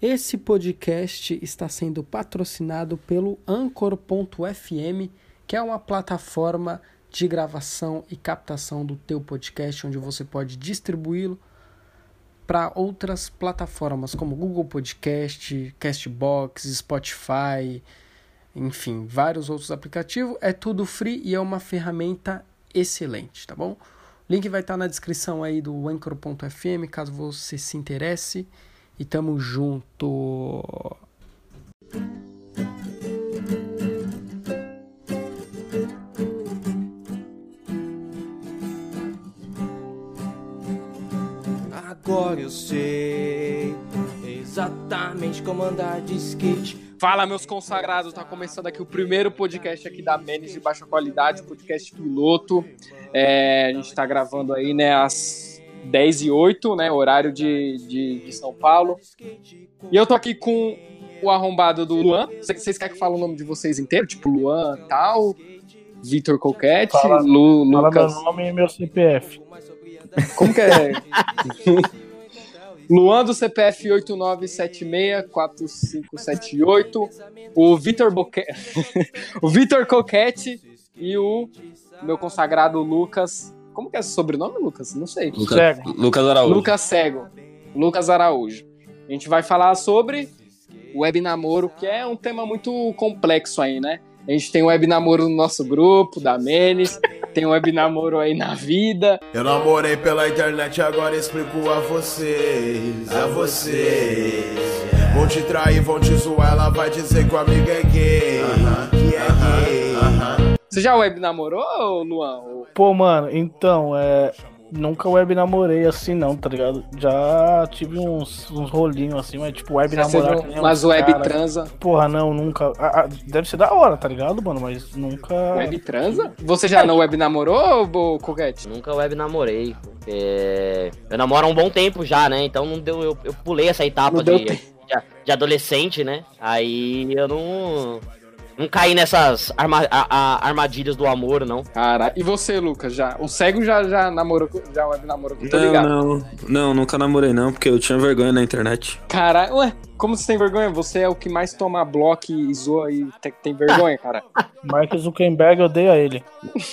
Esse podcast está sendo patrocinado pelo Anchor.fm, que é uma plataforma de gravação e captação do teu podcast, onde você pode distribuí-lo para outras plataformas como Google Podcast, Castbox, Spotify, enfim, vários outros aplicativos. É tudo free e é uma ferramenta excelente, tá bom? O link vai estar na descrição aí do Anchor.fm, caso você se interesse. E tamo junto! Agora eu sei exatamente como andar de skate. Fala, meus consagrados, tá começando aqui o primeiro podcast aqui da Menes de baixa qualidade, podcast piloto. A gente tá gravando aí, né, às 10h08, né, horário de São Paulo. E eu tô aqui com o arrombado do Luan. Vocês querem que eu fale o nome de vocês inteiro? Tipo, Luan, tal, Vitor Coquete, Lucas... Fala meu nome e meu CPF. Como que é? Luan do CPF 89764578, o Vitor o Vitor Coquete e o meu consagrado Lucas. Como que é esse sobrenome, Lucas? Não sei. Lucas Araújo. Lucas Araújo. A gente vai falar sobre web namoro, que é um tema muito complexo aí, né? A gente tem web namoro no nosso grupo, da Menes, tem web namoro aí na vida. Eu namorei pela internet, agora explico a vocês. Vão te trair, vão te zoar, ela vai dizer que o amigo é gay. Que é gay. Você já web namorou, Luan? Pô, mano, então, nunca web namorei assim não, tá ligado? Já tive uns rolinhos assim, mas tipo, web namorar... Mas web transa? Porra, não, nunca. Deve ser da hora, tá ligado, mano? Mas nunca... Web transa? Você já não web namorou, Coquete? Nunca web namorei, porque eu namoro há um bom tempo já, né? Então não deu, eu pulei essa etapa de adolescente, né? Aí eu não caí nessas armadilhas do amor, não. Cara, e você, Lucas? O cego já namorou, já web namorou, tô ligado. Não, nunca namorei não, porque eu tinha vergonha na internet. Cara, ué, como você tem vergonha? Você é o que mais toma bloco e zoa e tem vergonha, cara. Mark Zuckerberg odeia ele.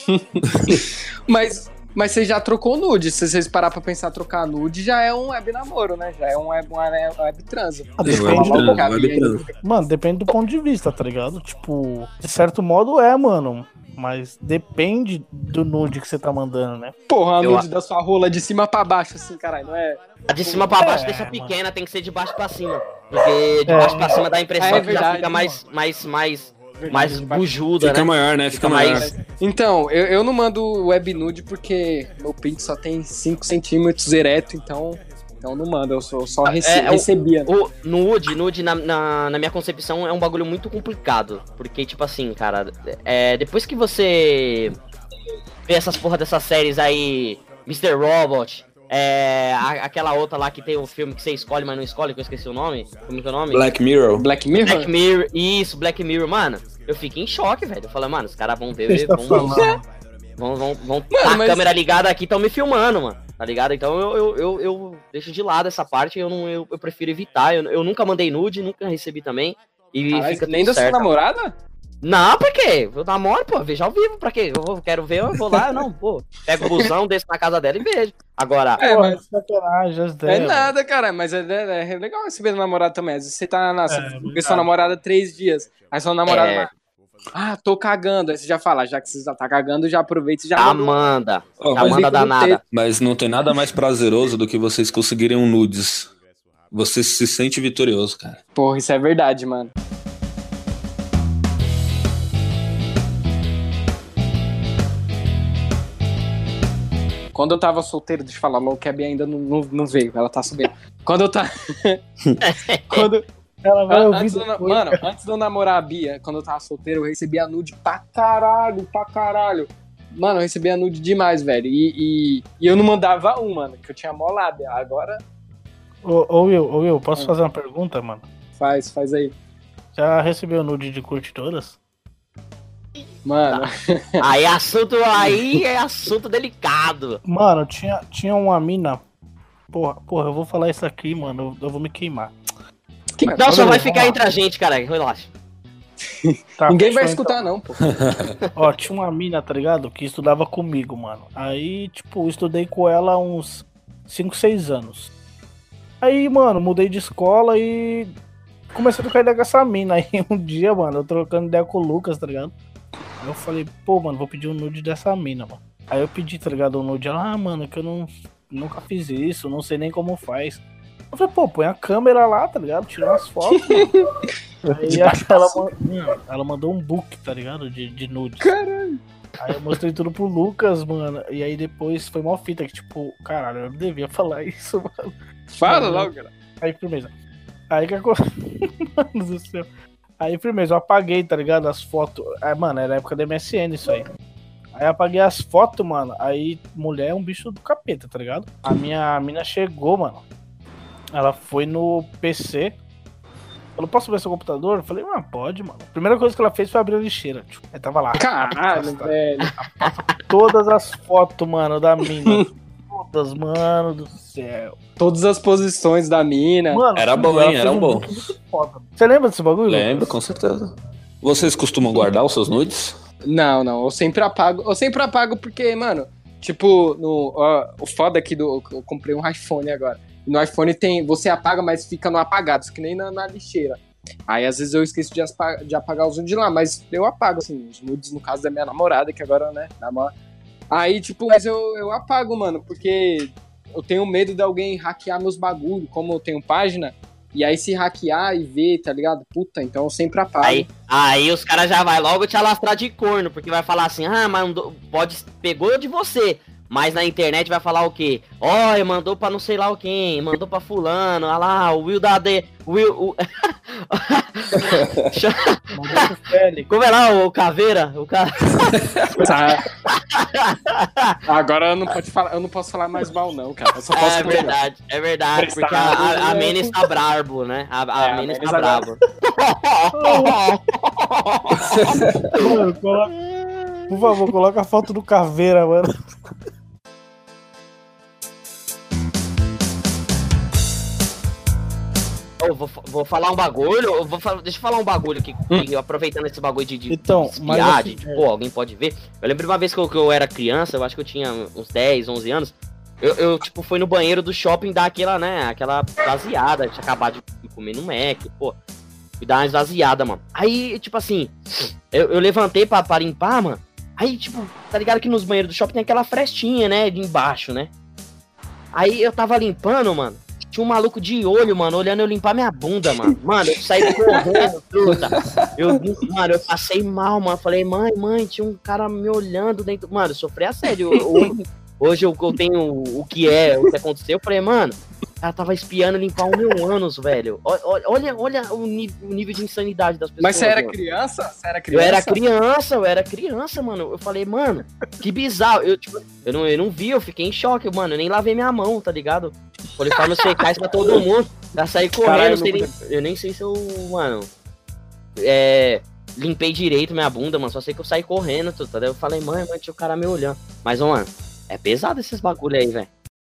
Mas você já trocou nude. Se vocês parar pra pensar, trocar nude já é um web namoro, né? Já é um web transa. Mano, depende do ponto de vista, tá ligado? Tipo, de certo modo mano. Mas depende do nude que você tá mandando, né? Porra, a nude da sua rola de cima pra baixo, assim, caralho, não é? A de cima pra baixo deixa pequena, mano. Tem que ser de baixo pra cima. Porque de baixo pra cima dá a impressão que já fica mais bujuda, fica né? maior, né? Fica maior. Então, eu não mando web nude porque meu pinto só tem 5 centímetros ereto, então não mando, eu só recebia. O nude na minha concepção é um bagulho muito complicado, porque tipo assim, cara, depois que você vê essas porra dessas séries aí, Mr. Robot, aquela outra lá que tem o filme que você escolhe, mas não escolhe, que eu esqueci o nome. Como que é o nome? Black Mirror. Isso, Black Mirror, mano. Eu fico em choque, velho. Eu falo, mano, os caras vão ver, vão tá a câmera ligada aqui, estão me filmando, mano. Tá ligado? Então eu deixo de lado essa parte, eu prefiro evitar. Eu nunca mandei nude, nunca recebi também. E fica nem da sua namorada? Não, por quê? Eu namoro, pô, vejo ao vivo, pra quê? Quero ver, eu vou lá, não, pô. Pego o busão, desço na casa dela e vejo. Agora... mas... É nada, cara, mas é legal receber namorado também. Às vezes você tá vê sua namorada 3 dias, aí sua namorada... tô cagando, aí você já fala, já que você já tá cagando, já aproveita e já manda. Manda danada. Mas não tem nada mais prazeroso do que vocês conseguirem um nudes. Você se sente vitorioso, cara. Porra, isso é verdade, mano. Quando eu tava solteiro, deixa eu falar, logo que a Bia ainda não veio, ela tá subindo. Quando eu tava... Ela vai antes de eu namorar a Bia, quando eu tava solteiro, eu recebia nude pra caralho. Mano, eu recebia nude demais, velho. E eu não mandava mano, que eu tinha mó lábia. Agora... Ô Will, posso fazer uma pergunta, mano? Faz aí. Já recebeu nude de curte todas? Mano. Aí é assunto delicado. Mano, tinha uma mina. Porra, eu vou falar isso aqui, mano. Eu vou me queimar. Não, só vai ficar entre a gente, cara. Relaxa. Tá, Ninguém vai fechou, escutar, não, pô. Ó, tinha uma mina, tá ligado? Que estudava comigo, mano. Aí, tipo, eu estudei com ela há uns 5, 6 anos. Aí, mano, mudei de escola e comecei a trocar ideia com essa mina. Aí um dia, mano, eu trocando ideia com o Lucas, tá ligado? Aí eu falei, pô, mano, vou pedir um nude dessa mina, mano. Aí eu pedi, tá ligado, um nude. Ela, mano, que eu nunca fiz isso, não sei nem como faz. Eu falei, pô, põe a câmera lá, tá ligado? Tira umas fotos, mano. Aí ela mandou um book, tá ligado? De nudes. Caralho. Aí eu mostrei tudo pro Lucas, mano. E aí depois foi mó fita que, tipo, caralho, eu não devia falar isso, mano. Fala logo, cara. Aí, firmeza. Aí que aconteceu. Mano do céu. Aí, firmeza, eu apaguei, tá ligado? As fotos. Aí, mano, era a época da MSN isso aí. Aí eu apaguei as fotos, mano. Aí, mulher é um bicho do capeta, tá ligado? A minha mina chegou, mano. Ela foi no PC. Falou, posso ver seu computador? Eu falei, pode, mano. A primeira coisa que ela fez foi abrir a lixeira. Tipo, aí tava lá. Caralho, velho. Todas as fotos, mano, da mina. Todas, mano do céu. Todas as posições da mina. Mano, Era bom, hein? Era bom. Você lembra desse bagulho? Lembro, com certeza. Vocês costumam guardar os seus nudes? Não, eu sempre apago. Eu sempre apago porque, mano, tipo, o foda aqui eu comprei um iPhone agora. No iPhone você apaga, mas fica no apagado, isso que nem na lixeira. Aí às vezes eu esqueço de apagar os nudes lá, mas eu apago, assim, os nudes no caso da minha namorada, que agora, né, namora. Aí, tipo, mas eu apago, mano, porque eu tenho medo de alguém hackear meus bagulhos, como eu tenho página, e aí se hackear e ver, tá ligado? Puta, então eu sempre apago. Aí os caras já vai logo te alastrar de corno, porque vai falar assim, mas pegou de você. Mas na internet vai falar o quê? Olha, mandou pra não sei lá o quem, mandou pra fulano, olha lá, o Will da D. Will. Como é lá, o Caveira? O cara. Agora eu não posso falar mais mal, não, cara. Eu só posso é verdade, porque a Mene está brabo, né? A Mene está brabo. Mano, por favor, coloca a foto do Caveira, mano. Eu vou falar um bagulho, deixa eu falar um bagulho aqui, aproveitando esse bagulho de então, espiar, pô, alguém pode ver. Eu lembro uma vez que eu era criança, eu acho que eu tinha uns 10, 11 anos, eu tipo, fui no banheiro do shopping dar aquela esvaziada, tinha acabado de comer no Mac, pô, fui dar uma esvaziada, mano. Aí, tipo assim, eu levantei pra limpar, mano, aí, tipo, tá ligado que nos banheiros do shopping tem aquela frestinha, né, de embaixo, né? Aí eu tava limpando, mano. Tinha um maluco de olho, mano, olhando eu limpar minha bunda, mano. Mano, eu saí correndo, truta. Mano, eu passei mal, mano. Falei, mãe, tinha um cara me olhando dentro. Mano, eu sofri assédio. Hoje eu tenho o que aconteceu. Eu falei, mano, o cara tava espiando limpar o meu ânus, velho. Olha o nível de insanidade das pessoas. Mas você era mano. Criança? Eu era criança, mano. Eu falei, mano, que bizarro. Eu não vi, eu fiquei em choque, mano. Eu nem lavei minha mão, tá ligado? Coliforme secais pra todo mundo. Já saí correndo, eu nem sei se eu, mano, limpei direito minha bunda, mano. Só sei que eu saí correndo, tá? Daí eu falei, mãe, tinha o cara me olhando. Mas, mano, é pesado esses bagulho aí, velho.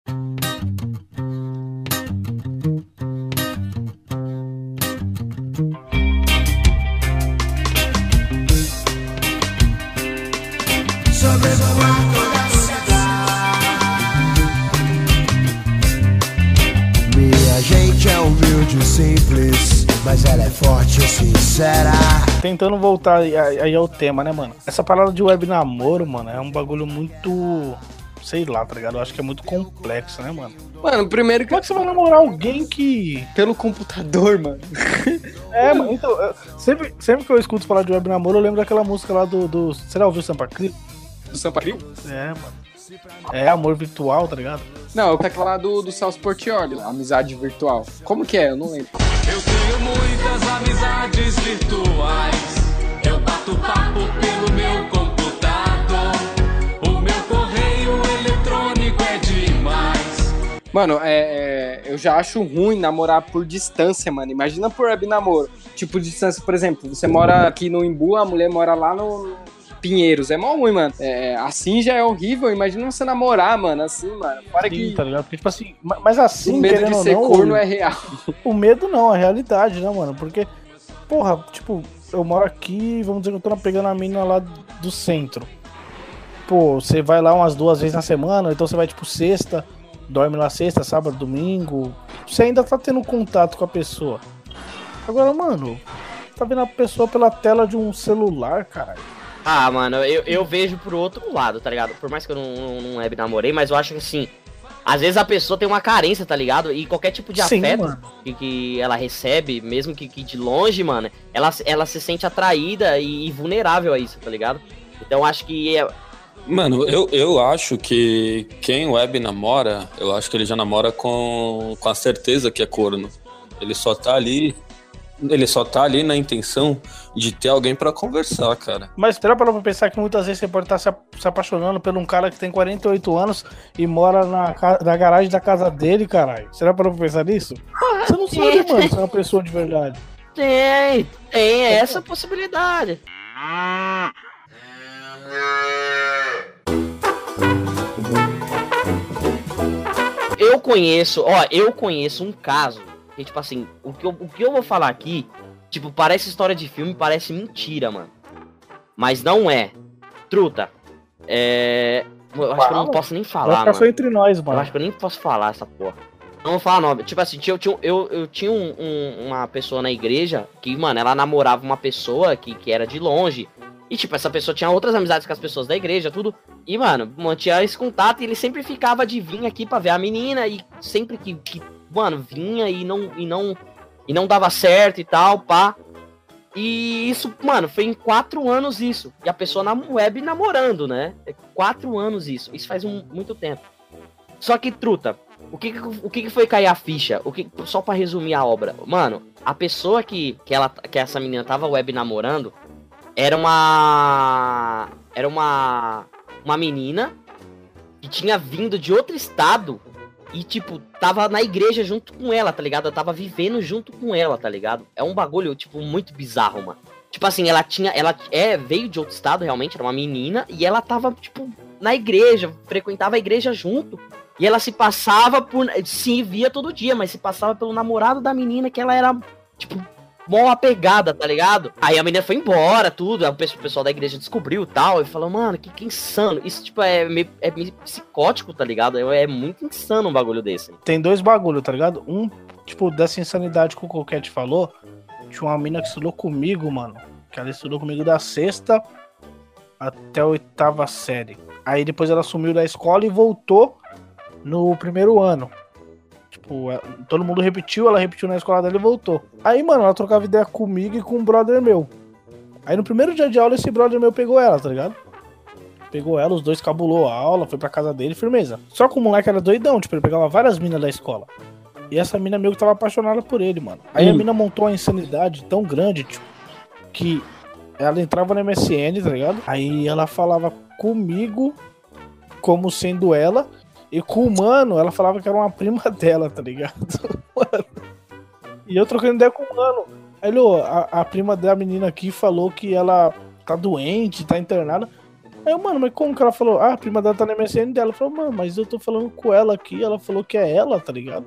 Minha gente é humilde e simples, mas ela é forte e sincera. Tentando voltar aí ao tema, né, mano? Essa parada de web namoro, mano, é um bagulho muito... Sei lá, tá ligado? Eu acho que é muito complexo, né, mano? Mano, primeiro que... Como é que você vai namorar alguém que... Pelo computador, mano. Mano, então... Sempre que eu escuto falar de web namoro, eu lembro daquela música lá do... Você já ouviu Sampa Crio? Do Sampa Crio? Mano. É amor virtual, tá ligado? Não, é aquela lá do Celso Portiolli, amizade virtual. Como que é? Eu não lembro. Eu tenho muitas amizades virtuais. Eu bato papo pelo meu computador. O meu correio eletrônico é demais. Mano, eu já acho ruim namorar por distância, mano. Imagina por web namoro. Tipo, distância, por exemplo, você mora aqui no Imbu, a mulher mora lá Pinheiros. É mó ruim, mano. Assim já é horrível. Imagina você namorar, mano. Assim, mano. Para Sim, que tá ligado? Porque, tipo assim, mas assim, o medo de querendo ou ser não, corno é real. o medo não, a realidade, né, mano? Porque, porra, tipo, eu moro aqui, vamos dizer que eu tô pegando a mina lá do centro. Pô, você vai lá umas 2 vezes na semana, então você vai, tipo, sexta, dorme lá sexta, sábado, domingo. Você ainda tá tendo contato com a pessoa. Agora, mano, tá vendo a pessoa pela tela de um celular, caralho. Ah, mano, eu vejo pro outro lado, tá ligado? Por mais que eu não web namorei, mas eu acho que assim, às vezes a pessoa tem uma carência, tá ligado? E qualquer tipo de Sim, afeto mano. que ela recebe, mesmo que de longe, mano, ela se sente atraída e vulnerável a isso, tá ligado? Então acho que Mano, eu acho que quem web namora, eu acho que ele já namora com a certeza que é corno. Ele só tá ali na intenção de ter alguém pra conversar, cara. Mas será pra pensar que muitas vezes você pode estar se apaixonando por um cara que tem 48 anos e mora na garagem da casa dele, caralho? Será pra pensar nisso? Você não sabe, mano, se é uma pessoa de verdade. tem essa possibilidade. Eu conheço um caso que, tipo assim, o que eu vou falar aqui, tipo, parece história de filme, parece mentira, mano. Mas não é. Truta. Eu acho que eu não posso nem Vai falar, ficar só mano. entre nós, Eu mano. acho que eu nem posso falar essa porra. Não vou falar nome. Tipo assim, eu tinha uma pessoa na igreja que, mano, ela namorava uma pessoa que era de longe. E, tipo, essa pessoa tinha outras amizades com as pessoas da igreja, tudo. E, mano, mantinha esse contato e ele sempre ficava de vir aqui pra ver a menina. E sempre que mano, vinha e não dava certo e tal, pá. E isso, mano, foi em 4 anos isso. E a pessoa na web namorando, né? 4 anos isso. Isso faz muito tempo. Só que, truta, o que foi cair a ficha? Só pra resumir a obra. Mano, a pessoa que essa menina tava web namorando era uma menina que tinha vindo de outro estado e, tipo, tava na igreja junto com ela, tá ligado? Eu tava vivendo junto com ela, tá ligado? É um bagulho, tipo, muito bizarro, mano. Tipo assim, ela veio de outro estado, realmente, era uma menina, e ela tava, tipo, na igreja, frequentava a igreja junto. E ela se passava se via todo dia, mas se passava pelo namorado da menina, que ela era, tipo, mó apegada, tá ligado? Aí a menina foi embora, tudo, aí o pessoal da igreja descobriu e tal, e falou, mano, que insano. Isso, tipo, é meio psicótico, tá ligado? É muito insano um bagulho desse. Tem 2 bagulho, tá ligado? Um, tipo, dessa insanidade que o Coquete falou, tinha uma mina que estudou comigo, mano, que ela estudou comigo da 6ª até a 8ª série. Aí depois ela sumiu da escola e voltou no 1º ano. Tipo, todo mundo repetiu, ela repetiu na escola dela e voltou. Aí, mano, ela trocava ideia comigo e com um brother meu. Aí no primeiro dia de aula, esse brother meu pegou ela, tá ligado? Pegou ela, os dois cabulou a aula, foi pra casa dele, firmeza. Só que o moleque era doidão, tipo, ele pegava várias minas da escola. E essa mina meio que tava apaixonada por ele, mano. Aí a mina montou uma insanidade tão grande, tipo, que ela entrava no MSN, tá ligado? Aí ela falava comigo como sendo ela. E com o mano, ela falava que era uma prima dela, tá ligado? Mano. E eu trocando ideia com o mano. Aí, a prima da menina aqui falou que ela tá doente, tá internada. Aí, mano, mas como que ela falou? Ah, a prima dela tá na MSN dela. Ela falou, mano, mas eu tô falando com ela aqui. Ela falou que é ela, tá ligado?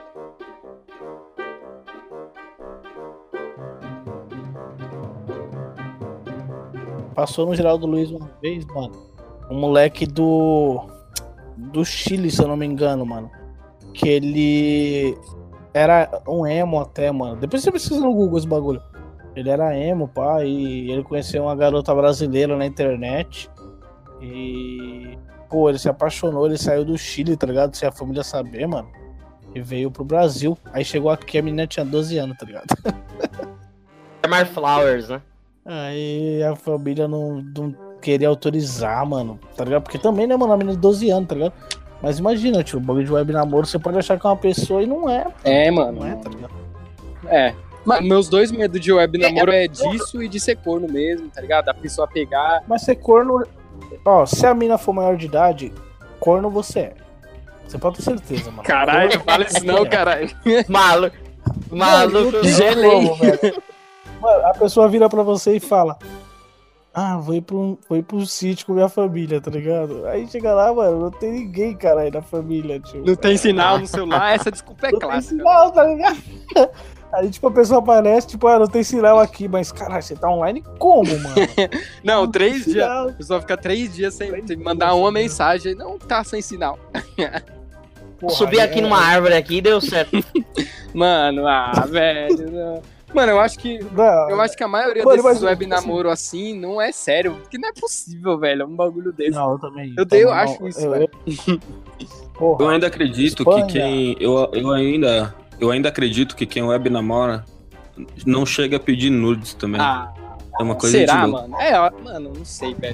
Passou no Geraldo Luiz uma vez, mano. Um moleque do Chile, se eu não me engano, mano. Que ele era um emo até, mano. Depois você pesquisa no Google esse bagulho. Ele era emo, pá, e ele conheceu uma garota brasileira na internet. E, pô, ele se apaixonou, ele saiu do Chile, tá ligado? Sem a família saber, mano. E veio pro Brasil. Aí chegou aqui, a menina tinha 12 anos, tá ligado? Mar Flowers, né? Aí a família não queria autorizar, mano, tá ligado? Porque também, né, mano, a menina de 12 anos, tá ligado? Mas imagina, tio, o bagulho de web namoro, você pode achar que é uma pessoa e não é. Mano. Não é, tá ligado? Mas meus 2 medos de web namoro é disso e de ser corno mesmo, tá ligado? A pessoa pegar. Mas ser corno. Ó, se a mina for maior de idade, corno você é. Você pode ter certeza, mano. Caralho, fala isso não, caralho. Maluco, Mano, gelei. como, velho. Mano, a pessoa vira pra você e fala: vou ir pro sítio com minha família, tá ligado? Aí chega lá, mano, não tem ninguém, cara, aí na família, tio. Não tem sinal no celular, essa desculpa é Não tem clássica. sinal, tá ligado? Aí, tipo, a pessoa aparece, tipo, não tem sinal aqui, mas, caralho, você tá online como, mano? Não, 3 dias. Sinal. A pessoa fica 3 dias sem mandar uma mensagem. Não tá sem sinal. Porra, Subi aqui numa árvore aqui e deu certo. Mano, velho. Não. Mano, eu acho que a maioria Mano, desses mas, web namoro assim não é sério. Porque não é possível, velho. Um bagulho desse. Não, eu também. Eu acho isso, velho. Eu ainda acredito Espanha. que quem. Eu ainda acredito que quem web namora não chega a pedir nudes também. É uma coisa Será, de louco. mano? Mano, não sei, velho.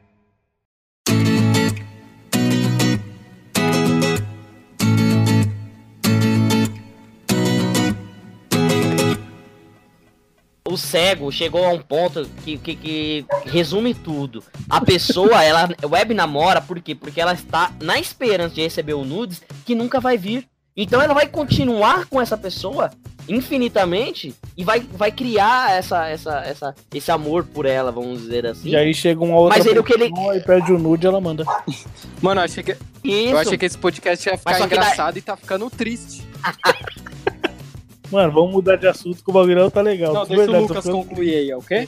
O cego chegou a um ponto que resume tudo. A pessoa, ela web namora, por quê? Porque ela está na esperança de receber o nudes que nunca vai vir. Então ela vai continuar com essa pessoa infinitamente e vai criar esse amor por ela, vamos dizer assim. E aí chega uma outra Mas ele, o que ele... pessoa e pede o nude e ela manda. Mano, eu achei que esse podcast ia ficar Mas só que engraçado e tá ficando triste. Mano, vamos mudar de assunto que o bagulho não tá legal. Não, De deixa verdade, o Lucas tô ficando- concluir aí, ok?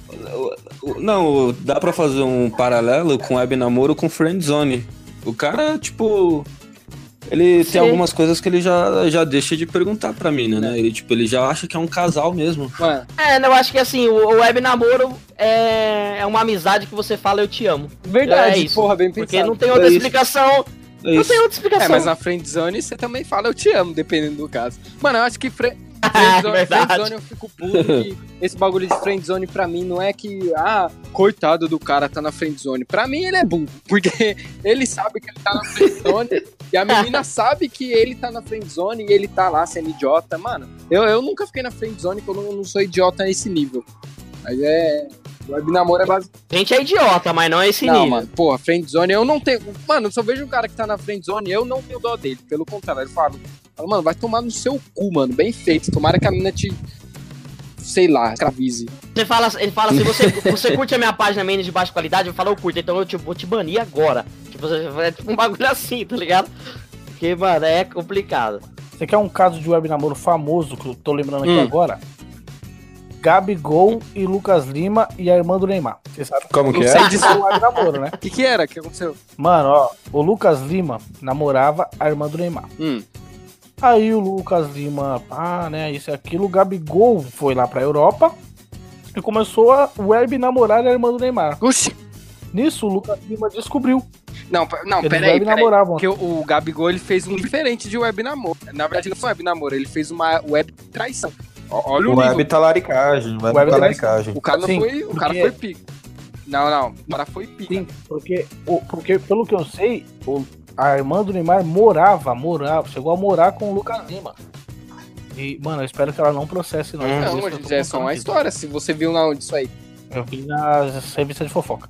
Não, dá pra fazer um paralelo com web namoro com friendzone. O cara, tipo, ele Sim. tem algumas coisas que ele já deixa de perguntar pra mina, né? Ele já acha que é um casal mesmo. Mano, Eu acho que assim, o web namoro é uma amizade que você fala eu te amo. verdade, É isso. porra, bem pensado. Porque não tem outra É isso. explicação. É Não isso. tem outra explicação. Mas na friendzone você também fala eu te amo, dependendo do caso. Mano, eu acho que Verdade. friendzone eu fico puto que esse bagulho de friendzone pra mim não é que, coitado do cara tá na friendzone. Pra mim ele é burro, porque ele sabe que ele tá na friendzone e a menina sabe que ele tá na friendzone e ele tá lá sendo idiota. Mano, eu nunca fiquei na friendzone porque eu não sou idiota nesse nível. Mas web namoro é base. A gente é idiota, mas não é esse Não, nível. mano, porra, friendzone eu não tenho. Mano, se eu vejo um cara que tá na friendzone, eu não tenho dó dele. Pelo contrário, eu falo, mano, vai tomar no seu cu, mano. Bem feito. Tomara que a mina te. Sei lá, escravize. Ele fala assim, você curte a minha página menos de baixa qualidade, eu falo, eu curto, então eu vou te banir agora. Tipo, é tipo um bagulho assim, tá ligado? Porque, mano, é complicado. Você quer um caso de web namoro famoso que eu tô lembrando aqui Hum. agora? Gabigol e Lucas Lima e a irmã do Neymar. Você sabe Como que Não é? sei disso. o web namoro, né? O que era? O que aconteceu? Mano, ó, o Lucas Lima namorava a irmã do Neymar. Aí o Lucas Lima, né, isso e aquilo, o Gabigol foi lá pra Europa e começou a web namorar a irmã do Neymar. Oxi. Nisso, o Lucas Lima descobriu. Não, Eles peraí. web namoravam. Porque o Gabigol ele fez um diferente de web namoro. Na verdade, não foi web namoro, ele fez uma web traição. Olha o nível. Web talaricagem, web Web talaricagem. O cara não Sim, foi. O cara porque- foi pica. Não. O cara foi pica. Sim, porque pelo que eu sei, a irmã do Neymar morava, chegou a morar com o Lucas Lima. E, mano, eu espero que ela não processe nós. Não, por isso que eu tô gente, é só contando uma aqui. história. Se você viu na onde isso aí. Eu vi nas revistas de fofoca.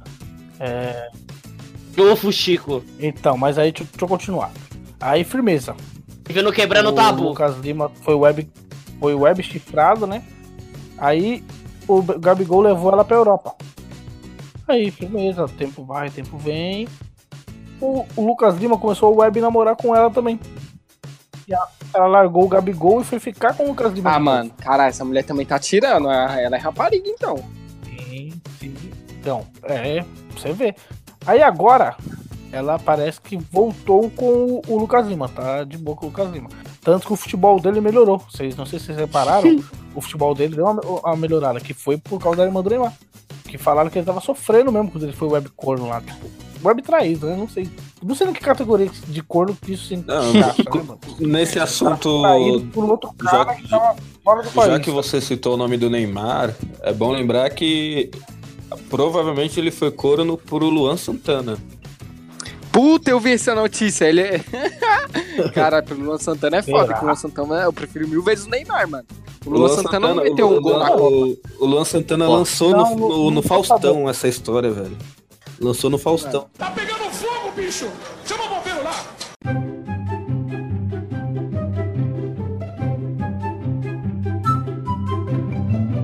Ô, Fuxico. Então, mas aí deixa eu continuar. Aí, firmeza. Vivendo quebrando o O tabu. Lucas Lima foi web chifrado, né? Aí o Gabigol levou ela pra Europa. Aí, firmeza, tempo vai, tempo vem. O Lucas Lima começou a web namorar com ela também. E ela largou o Gabigol e foi ficar com o Lucas Lima. Ah, de novo. mano, caralho, essa mulher também tá tirando. Ela é rapariga, então. Sim. Então, pra você ver. Aí agora, ela parece que voltou com o Lucas Lima, tá de boa com o Lucas Lima. Tanto que o futebol dele melhorou. Não sei se vocês repararam, o futebol dele deu uma melhorada, que foi por causa da irmã do Neymar. Que falaram que ele tava sofrendo mesmo quando ele foi web corno lá, tipo, web traído, né? Não sei em que categoria de corno que isso se encaixa, né, mano? Nesse assunto, Traído por outro cara que tava fora do país. já que você citou o nome do Neymar, é bom lembrar que provavelmente ele foi corno por Luan Santana. Puta, eu vi essa notícia. Ele é. Caralho, o Luan Santana é foda. Será? Que o Luan Santana, eu prefiro 1000 vezes o Neymar, mano. O Luan Santana não meteu um gol na Copa. O Luan Santana lançou não, no no Faustão Faustão. essa história, velho. Lançou no Faustão. Tá pegando fogo, bicho! Chama o bombeiro lá!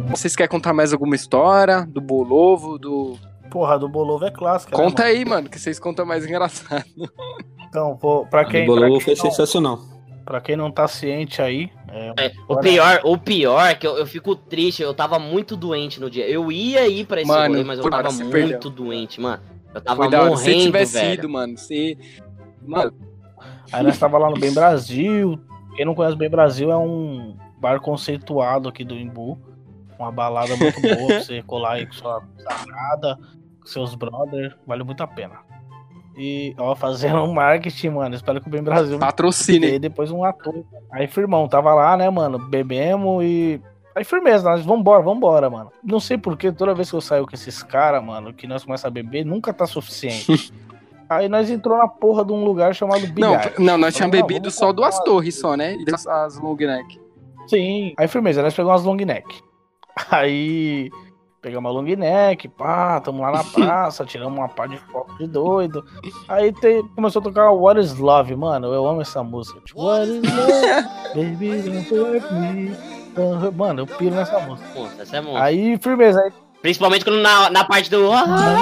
Vocês querem contar mais alguma história do Bolovo, do... Porra, do Bolovo é clássica, né, Conta mano? aí, mano, que vocês contam mais engraçado. Então, pô, pra O quem Bolovo foi sensacional. pra quem não tá ciente aí... O pior é que eu fico triste, eu tava muito doente no dia. Eu ia ir pra esse Mano, rolê, mas eu por tava hora você muito perdeu. doente, mano. Eu tava Cuidado, se morrendo, você tivesse velho. ido, mano, você... Mano, Aí nós tava lá no Bem Brasil. Quem não conhece o Bem Brasil é um bar conceituado aqui do Imbu. Uma balada muito boa pra você colar aí com sua namorada, com seus brothers. Vale muito a pena. E, ó, fazendo um marketing, mano. Espero que o Bem Brasil patrocine. dê depois um ator. Aí, firmão, tava lá, né, mano? Bebemos e... Aí, firmeza, nós vambora, mano. Não sei porquê, toda vez que eu saio com esses caras, mano, que nós começamos a beber, nunca tá suficiente. Aí nós entrou na porra de um lugar chamado Bilhar. Não, nós tínhamos Falei, bebido vamos só duas comprar torres só, né? E as long neck. Sim. Aí, firmeza, nós pegamos umas long neck. Aí, pegamos uma long neck, pá, tamo lá na praça, tiramos uma par de foto de doido. Aí começou a tocar What is Love, mano, eu amo essa música. Tipo, What is Love, baby, don't hurt me. Mano, eu piro nessa música. Puta, essa é muito. Aí, firmeza, aí... Principalmente quando na parte do...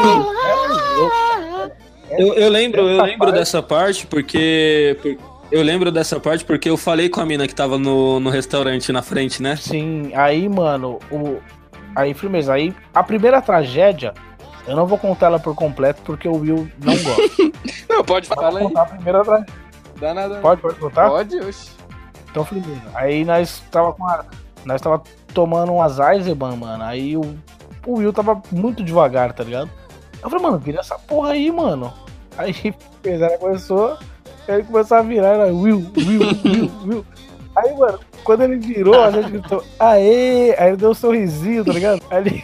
Eu lembro dessa parte porque... Eu lembro dessa parte porque eu falei com a mina que tava no restaurante na frente, né? Sim, aí, mano, aí, firmeza, aí a primeira tragédia, eu não vou contar ela por completo porque o Will não gosta. Não, pode Vou falar aí. contar a primeira tragédia. Dá nada. Pode contar? Pode, oxe. Então, firmeza. Aí nós tava tomando umas Eisenbahn, mano, aí o Will tava muito devagar, tá ligado? Eu falei, mano, vira essa porra aí, mano. Aí, firmeza, ele começou a virar, era Will. Aí, mano, quando ele virou, a gente gritou, aê! Aí ele deu um sorrisinho, tá ligado? Aí ele...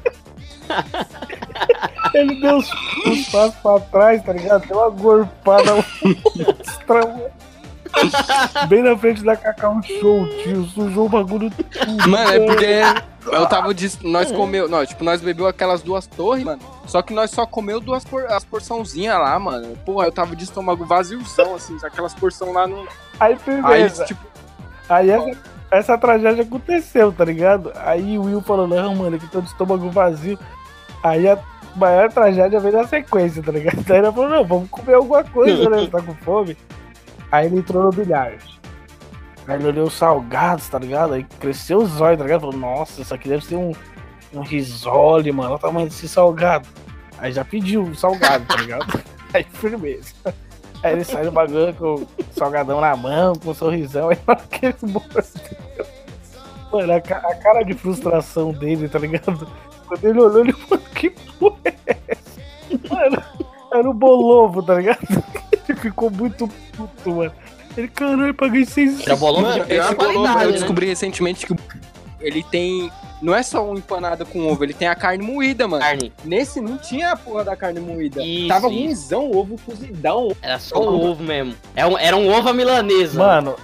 ele deu uns passos pra trás, tá ligado? Deu uma gorpada extrema. Bem na frente da Cacau Show, tio. Sujou o bagulho tudo. Mano, é porque eu tava... Nós bebeu aquelas duas torres, mano. Só que nós só comeu as porçãozinhas lá, mano. Porra, eu tava de estômago vaziozão, assim. Aquelas porção lá no... Aí, firmeza. Aí, tipo... Aí essa tragédia aconteceu, tá ligado? Aí o Will falou, não, mano, aqui tô de estômago vazio. Aí a maior tragédia veio na sequência, tá ligado? Aí ele falou, não, vamos comer alguma coisa, né? Você tá com fome? Aí ele entrou no bilhar. Aí ele olhou os salgados, tá ligado? Aí cresceu os olhos, tá ligado? Falou, nossa, isso aqui deve ser um risole, mano. Olha o tamanho desse salgado. Aí já pediu o salgado, tá ligado? Aí firmeza. Aí ele sai do bagulho com o salgadão na mão, com um sorrisão. Aí na hora que ele mordeu, mano, a cara de frustração dele, tá ligado? Quando ele olhou, ele falou, que porra é essa? Mano, era o Bolovo, tá ligado? Ele ficou muito puto, mano. Ele, caralho, paguei 6... Era Bolovo Mano, de pior esse Bolovo, qualidade, eu né? descobri recentemente que ele tem... Não é só um empanado com ovo, ele tem a carne moída, mano. Carne. Nesse não tinha a porra da carne moída. Isso, Tava isso. ruimzão, ovo cozidão. Era só o ovo mesmo. Era um ovo à milanesa. Mano,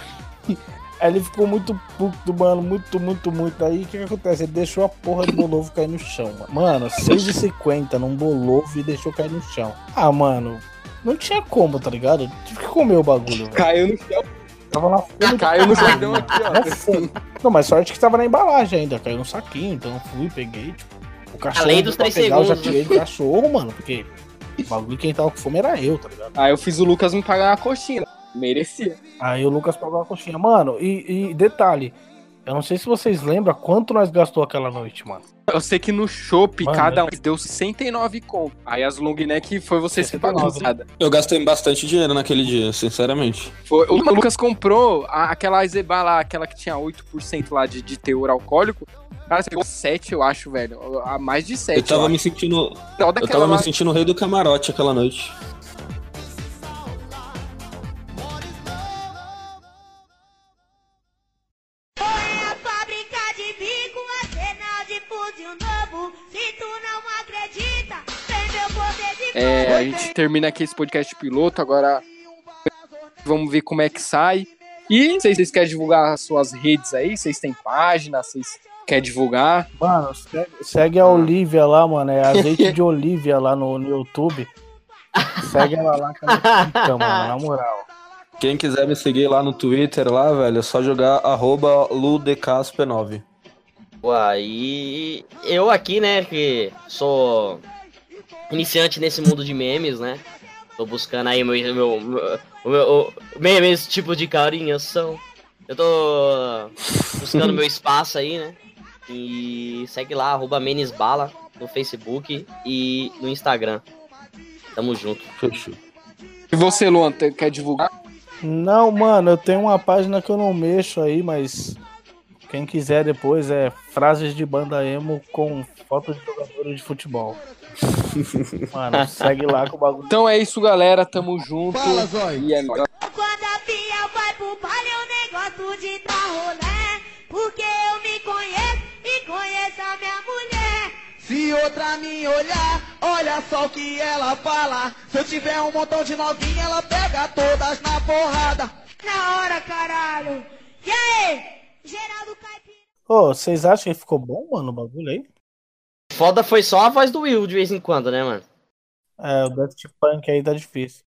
aí ele ficou muito puto, mano, muito. Aí o que acontece? Ele deixou a porra do Bolovo cair no chão, mano. Mano, 6,50 num Bolovo e deixou cair no chão. Ah, mano, não tinha como, tá ligado? Tive que comer o bagulho, velho. Caiu no chão. Tava na fome. Caiu no chão aqui, Na ó. fome. Não, mas sorte que tava na embalagem ainda, caiu no saquinho, então eu fui, peguei, tipo, o cachorro. Além dos pra 3 pegar, eu já segundos. tirei do cachorro, mano, porque o bagulho quem tava com fome era eu, tá ligado? Aí eu fiz o Lucas me pagar uma coxinha. Merecia. Aí o Lucas pagou a coxinha. Mano, e detalhe, eu não sei se vocês lembram quanto nós gastou aquela noite, mano. Eu sei que no shopping Mano, cada um deu 69 conto. Aí as long neck foi você que 69, pagou né? nada. Eu gastei bastante dinheiro naquele dia, sinceramente. Foi, o Lucas comprou aquela Eisenbahn lá, aquela que tinha 8% lá de teor alcoólico. Cara, você pegou 7, eu acho, velho. A mais de 7. Eu tava me sentindo o rei do camarote aquela noite. A gente termina aqui esse podcast piloto, agora vamos ver como é que sai. E vocês querem divulgar as suas redes aí? Vocês têm página? Vocês querem divulgar? Mano, segue a Olivia lá, mano. É azeite de Olivia lá no YouTube. Segue ela lá, que ela fica, mano, na moral. Quem quiser me seguir lá no Twitter, lá, velho, é só jogar @ludecasp9. E eu aqui, né, que sou iniciante nesse mundo de memes, né? Tô buscando aí o memes tipo de carinhação. Eu tô buscando meu espaço aí, né? E segue lá, @menesbala no Facebook e no Instagram. Tamo junto. Fechou. E você, Luan, quer divulgar? Não, mano, eu tenho uma página que eu não mexo aí, mas quem quiser depois é frases de banda emo com fotos de jogadores de futebol. Mano, segue lá com o bagulho. Então é isso, galera. Tamo junto. Fala, Zói. E é nóis. Quando a Bia vai pro baile, eu negócio de dar rolé. Porque eu me conheço e conheço a minha mulher. Se outra me olhar, olha só o que ela fala. Se eu tiver um montão de novinha, ela pega todas na porrada. Na hora, caralho. E aí? Geraldo Caipira. Ô, vocês acham que ficou bom, mano, o bagulho aí? Foda foi só a voz do Will de vez em quando, né, mano? É, o Daft Punk aí tá difícil.